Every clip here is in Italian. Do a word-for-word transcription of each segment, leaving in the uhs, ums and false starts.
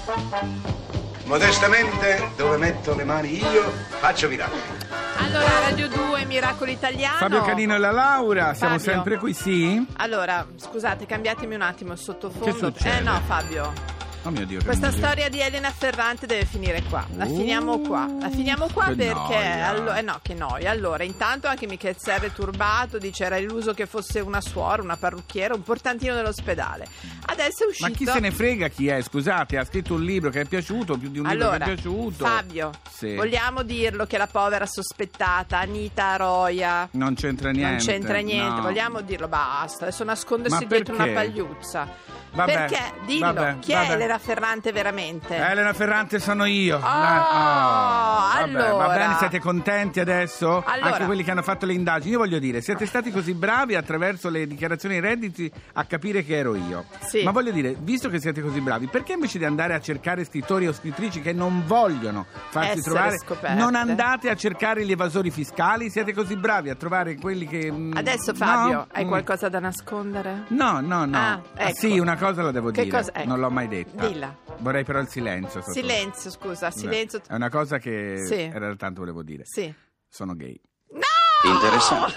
Modestamente, dove metto le mani io, faccio miracoli. Allora, Radio due, Miracolo Italiano. Fabio Canino e la Laura, siamo Fabio. sempre qui, sì? Allora, scusate, cambiatemi un attimo il sottofondo. Che succede? Eh no, Fabio. Oh mio Dio, che Questa musica. storia di Elena Ferrante deve finire qua. La Uh, finiamo qua. La finiamo qua che perché noia. allo- eh no, che noia. Allora, intanto anche Michel Serre turbato, dice era illuso che fosse una suora, una parrucchiera, un portantino dell'ospedale. Adesso è uscito. Ma chi se ne frega chi è? Scusate, ha scritto un libro che è piaciuto, più di un libro Allora, che è piaciuto. Fabio, Sì. vogliamo dirlo che la povera sospettata Anita Roia Non c'entra niente. non c'entra niente, no. vogliamo dirlo, basta, adesso nascondersi Ma dietro una perché? pagliuzza. Vabbè, Perché? Dillo, vabbè, chi vabbè. è Elena Ferrante veramente? Elena Ferrante sono io. Oh, Dai, oh, vabbè, allora. va bene, siete contenti adesso? Allora. Anche quelli che hanno fatto le indagini. Io voglio dire, siete stati così bravi attraverso le dichiarazioni dei redditi a capire che ero io. Sì. Ma voglio dire, visto che siete così bravi, perché invece di andare a cercare scrittori o scrittrici che non vogliono farsi Essere trovare, scoperte. non andate a cercare gli evasori fiscali? Siete così bravi a trovare quelli che... mm, Adesso Fabio, no? hai Mm. qualcosa da nascondere? No, no, no. Ah, ecco. Sì, una cosa la devo Che dire. cosa- ecco. Non l'ho mai detta. Dilla. Vorrei però il silenzio. sotto- Silenzio, scusa, silenzio. È una cosa che Sì. era da tanto volevo dire. Sì. Sono gay. Interessante.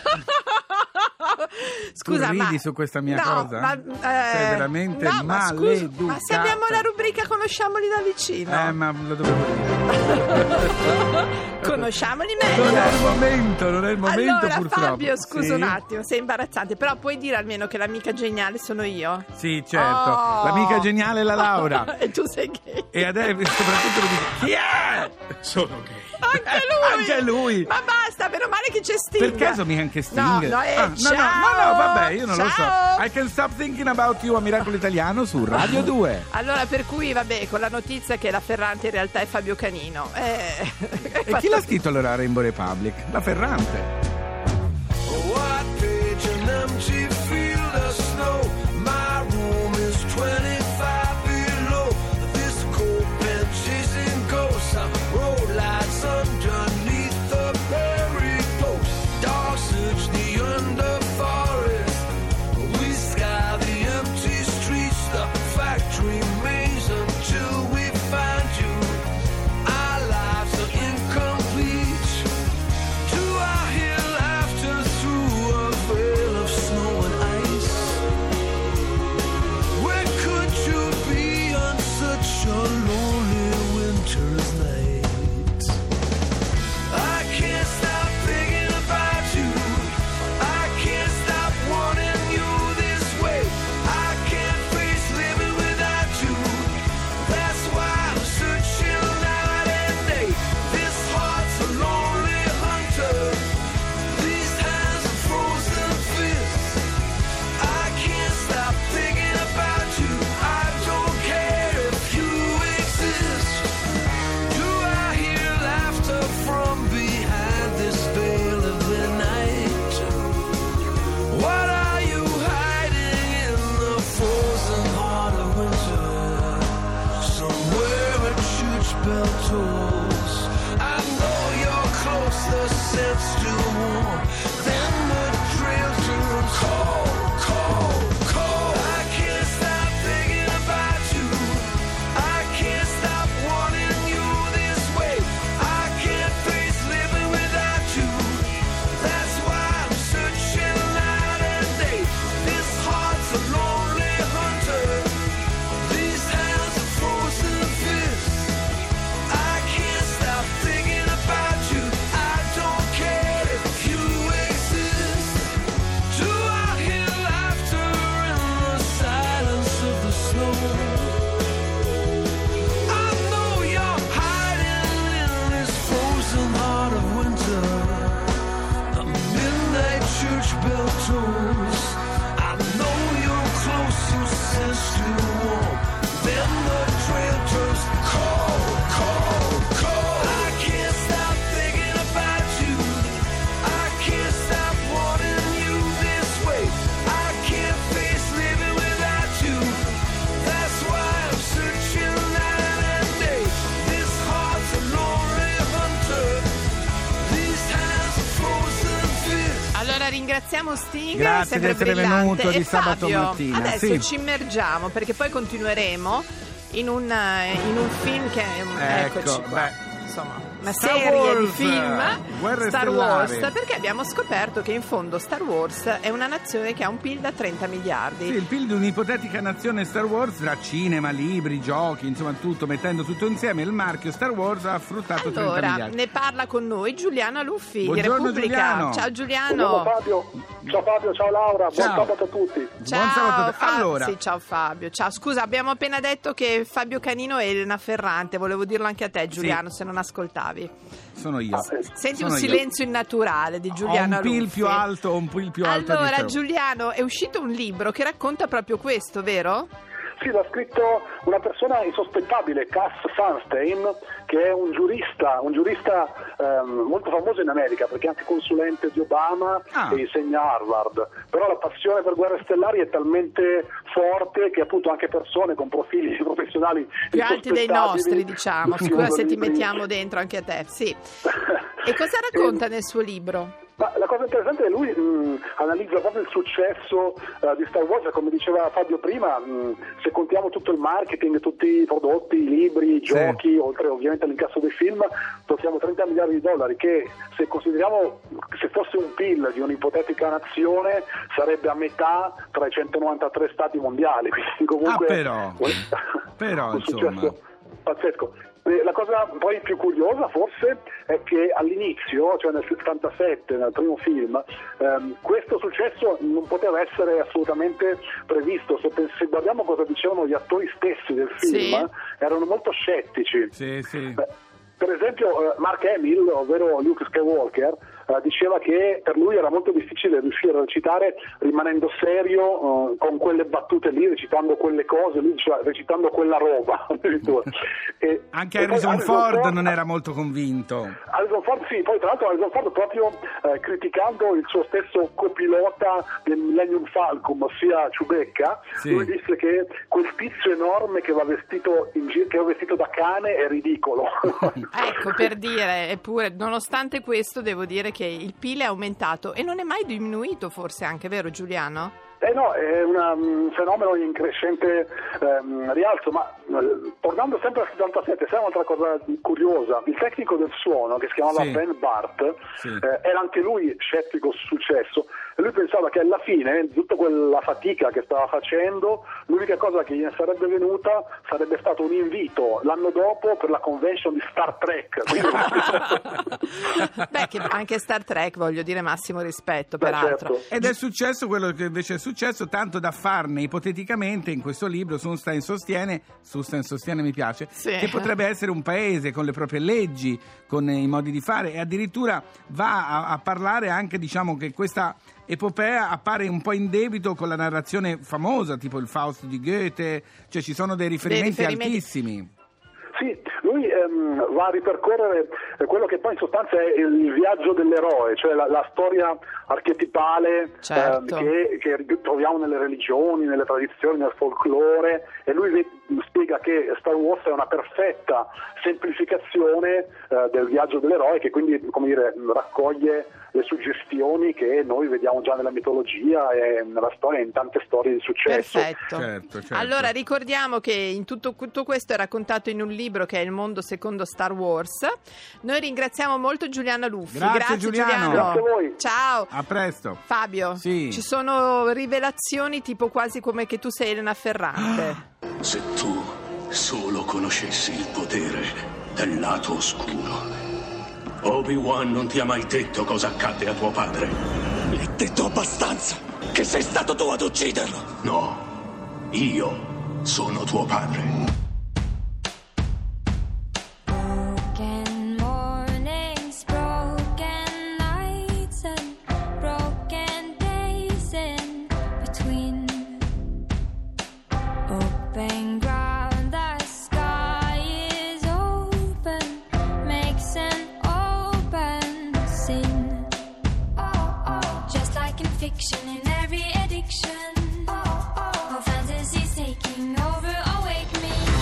Scusa, tu ridi ma... su questa mia no, cosa? Ma, eh, Sei veramente no, ma scusa, maleducata. ma se abbiamo la rubrica Conosciamoli da vicino. Eh, ma lo dovevo dire. Conosciamoli Non è meglio. il momento, non è il momento Allora purtroppo. Fabio, scusa Sì? un attimo, sei imbarazzante, però puoi dire almeno che l'amica geniale sono io? Sì, certo. Oh. L'amica geniale è la Laura. E tu sei gay. E adesso soprattutto mi dice chi è? Sono gay. Anche lui! Anche lui. Ma basta, meno male che c'è Sting. Per caso mica anche Sting? No, no, eh, Ah, no, ciao. no, no, no, vabbè, io non Ciao. lo so. I Can Stop Thinking About You a Miracolo Italiano su Radio due. Allora, per cui, vabbè, con la notizia che la Ferrante in realtà è Fabio Canino. Eh, E chi l'ha scritto allora a Rainbow Republic? La Ferrante. Ringraziamo Sting, Grazie sempre di essere brillante. venuto E di sabato Fabio, mattina. adesso Sì. ci immergiamo perché poi continueremo in un, in un film che è un, Ecco, eccoci qua. beh. Insomma, una Star serie Wars, di film Guerre Star stellari. Wars, perché abbiamo scoperto che in fondo Star Wars è una nazione che ha un P I L da trenta miliardi. Sì, il P I L di un'ipotetica nazione Star Wars, tra cinema, libri, giochi, insomma tutto, mettendo tutto insieme, il marchio Star Wars ha fruttato trenta Allora, miliardi. ne parla con noi Giuliano Luffi Buongiorno, di Repubblica. Giuliano. Ciao Buongiorno Giuliano. Fabio, ciao Fabio, ciao Laura, Ciao. buon sabato a tutti. Ciao, Buon sabato a te. Fa- Allora, sì, ciao Fabio. Ciao, scusa, abbiamo appena detto che Fabio Canino è Elena Ferrante. Volevo dirlo anche a te, Giuliano, se non ascoltavi. sono io. Senti Sono un io. silenzio innaturale di Giuliano Ho un P I L Luffi. più alto, ho un P I L più alto. Allora, di Star- Giuliano, è uscito un libro che racconta proprio questo, vero? Sì, l'ha scritto una persona insospettabile, Cass Sunstein, che è un giurista, un giurista ehm, molto famoso in America perché è anche consulente di Obama Ah. e insegna a Harvard. Però la passione per Guerre Stellari è talmente forte che appunto anche persone con profili professionali Più alti dei insospettabili nostri, diciamo. scrivono Scusa se ti libri. mettiamo dentro anche a te. Sì. E cosa racconta nel suo libro? Ma la cosa interessante è che lui mh, analizza proprio il successo uh, di Star Wars, come diceva Fabio prima, mh, se contiamo tutto il marketing, tutti i prodotti, i libri, i Sì. giochi, oltre ovviamente all'incasso dei film, tocchiamo trenta miliardi di dollari, che se consideriamo se fosse un P I L di un'ipotetica nazione sarebbe a metà tra i centonovantatré stati mondiali, quindi comunque Ah, però. Però, un insomma. successo pazzesco. Eh, La cosa poi più curiosa forse è che all'inizio, cioè nel settantasette, nel primo film, ehm, questo successo non poteva essere assolutamente previsto. Se, se guardiamo cosa dicevano gli attori stessi del film, Sì. eh, erano molto scettici. Sì, sì. Beh, per esempio eh, Mark Hamill, ovvero Luke Skywalker, eh, diceva che per lui era molto difficile riuscire a recitare rimanendo serio eh, con quelle battute lì, recitando quelle cose, lui diceva recitando quella roba addirittura. E- Anche e poi Harrison Harrison Ford Ford- non era molto convinto. Harrison Ford sì, poi tra l'altro Harrison Ford proprio eh, criticando il suo stesso copilota del Millennium Falcon, ossia Chewbacca, Sì. lui disse che quel tizio enorme che va vestito in gi- che va vestito da cane è ridicolo. Ecco, per dire, eppure, nonostante questo, devo dire che il P I L è aumentato e non è mai diminuito, forse anche, vero Giuliano? Eh no, è una, un fenomeno in crescente ehm, rialzo, ma eh, tornando sempre al settantasette, sai un'altra cosa curiosa, il tecnico del suono che si chiamava Sì. Ben Bart, Sì. eh, era anche lui scettico sul successo e lui pensava che alla fine, di tutta quella fatica che stava facendo, l'unica cosa che gli sarebbe venuta sarebbe stato un invito l'anno dopo per la convention di Star Trek. Quindi- Beh, che anche Star Trek, voglio dire, massimo rispetto, Beh, peraltro. certo. Ed è successo quello che invece è successo, tanto da farne ipoteticamente in questo libro Sunstein sostiene, Sunstein sostiene mi piace, Sì. che potrebbe essere un paese con le proprie leggi, con i modi di fare, e addirittura va a, a parlare anche, diciamo, che questa epopea appare un po' in debito con la narrazione famosa, tipo il Faust di Goethe, cioè ci sono dei riferimenti, riferimenti- altissimi. Sì, lui ehm, va a ripercorrere eh, quello che poi in sostanza è il viaggio dell'eroe, cioè la, la storia archetipale Certo. ehm, che, che troviamo nelle religioni, nelle tradizioni, nel folklore, e lui ve- spiega che Star Wars è una perfetta semplificazione eh, del viaggio dell'eroe, che quindi, come dire, raccoglie le suggestioni che noi vediamo già nella mitologia e nella storia, in tante storie di successo. Perfetto. Certo, certo. Allora ricordiamo che in tutto, tutto questo è raccontato in un libro che è Il mondo secondo Star Wars. Noi ringraziamo molto Giuliano Luffi. Grazie, Giuliano. Grazie a voi. Ciao. A presto. Fabio, Sì. ci sono rivelazioni tipo quasi come che tu sei Elena Ferrante. Se tu solo conoscessi il potere del lato oscuro. Obi-Wan non ti ha mai detto cosa accadde a tuo padre? Mi hai detto abbastanza che sei stato tu ad ucciderlo. No, io sono tuo padre. Broken mornings, broken nights, and broken days in between. Open ground, the sky is open, makes an open scene. Just like in fiction, in every addiction, all fantasies taking over, awake me.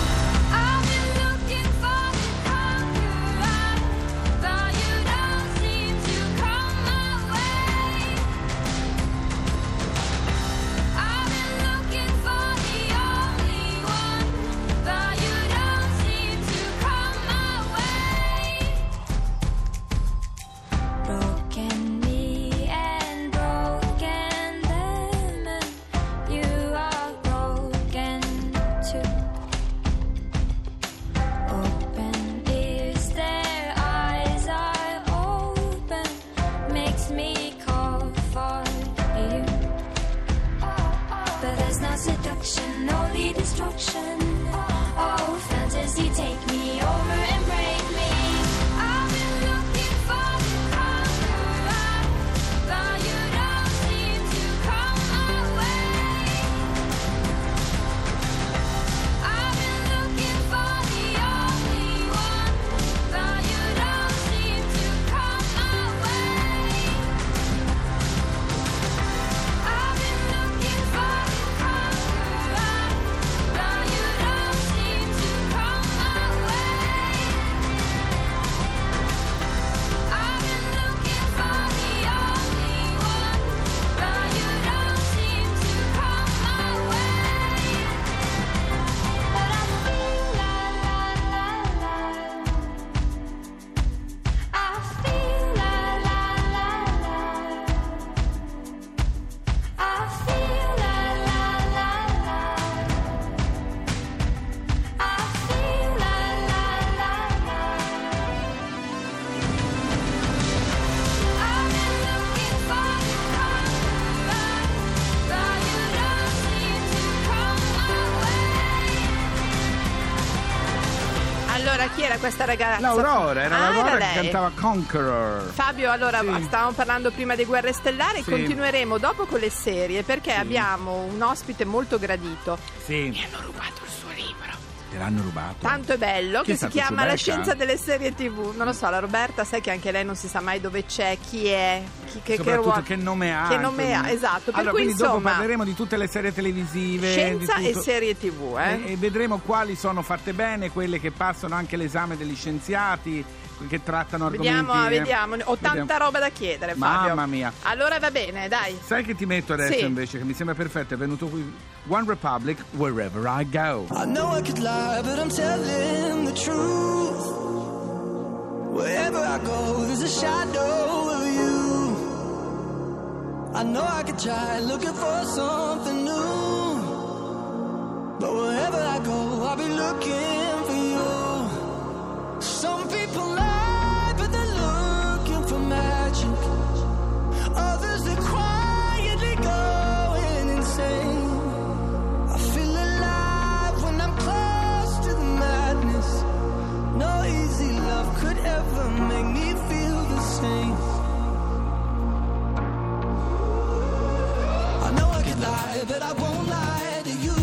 Allora, chi era questa ragazza? L'Aurora, era ah, l'Aurora era che lei. cantava Conqueror. Fabio, allora Sì. stavamo parlando prima di Guerre Stellari, Sì. continueremo dopo con le serie perché abbiamo un ospite molto gradito. Sì. Mi hanno rubato il suo libro. Te l'hanno rubato. Tanto è bello Chi è che si stato chiama La Ciubecca? scienza delle serie tivù. Non lo so, la Roberta, sai che anche lei non si sa mai dove c'è, chi è, chi, che, che, Soprattutto ruolo- che nome ha. Che nome insomma. ha, esatto. Per Allora, cui quindi dopo insomma, parleremo di tutte le serie televisive. scienza di e tutto. serie tivù, eh. E, e vedremo quali sono fatte bene, quelle che passano anche l'esame degli scienziati, che trattano argomenti. Vediamo, vediamo. Ho tanta Vediamo. roba da chiedere, Fabio. Mamma mia. Allora va bene, dai. Sai che ti metto adesso Sì. invece, che mi sembra perfetto, è venuto qui One Republic, Wherever I Go. I know I could lie, but I'm telling the truth. Wherever I go, there's a shadow of you. I know I could try looking for something new, but wherever I go, I'll be looking for you. Some people lie, but they're looking for magic. Others are quietly going insane. I feel alive when I'm close to the madness. No easy love could ever make me feel the same. I know I could lie, but I won't lie to you.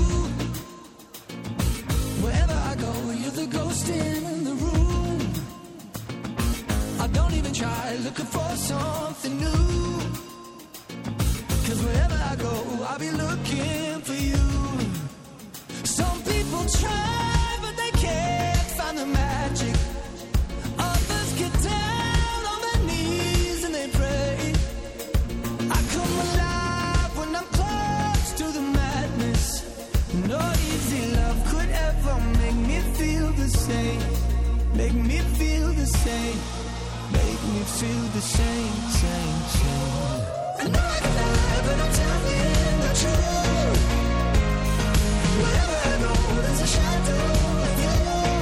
Wherever I go, you're the ghost in the room. I don't even try looking for something new, 'cause wherever I go, I'll be looking for you. Some people try, but they can't find the magic. Others get down on their knees and they pray. I come alive when I'm close to the madness. No easy love could ever make me feel the same. Make me feel the same. Make me feel the same, same, same. I know I can lie, but I'm telling the truth. Wherever I go, there's a shadow of you.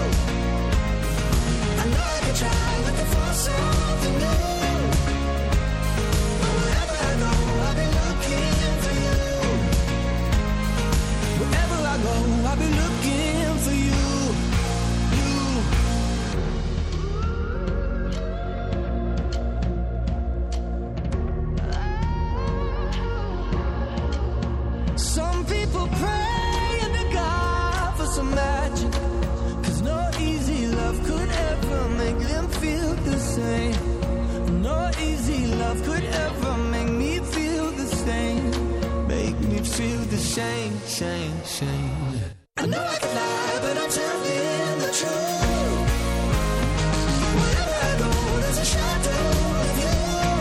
I know I can try looking for something new, but wherever I go, I'll be looking for you. Wherever I go, I'll be looking for you. Some people pray to God for some magic, 'cause no easy love could ever make them feel the same. No easy love could ever make me feel the same. Make me feel the same, same, same. I know I can lie, but I'm telling the truth. Wherever I go, there's a shadow of you.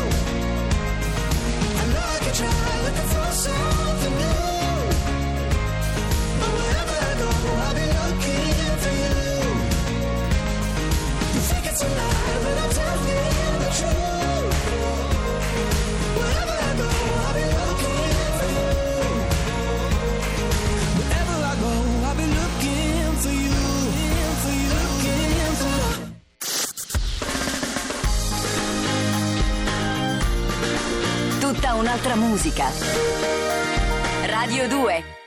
I know I can try looking for something new, but wherever I go, I'll be looking for you. You think it's a lie, but I'm telling the truth. Wherever I go, I'll be looking for you. Wherever I go, I'll be looking for you. For you, looking for you. Tutta un'altra musica. Radio due.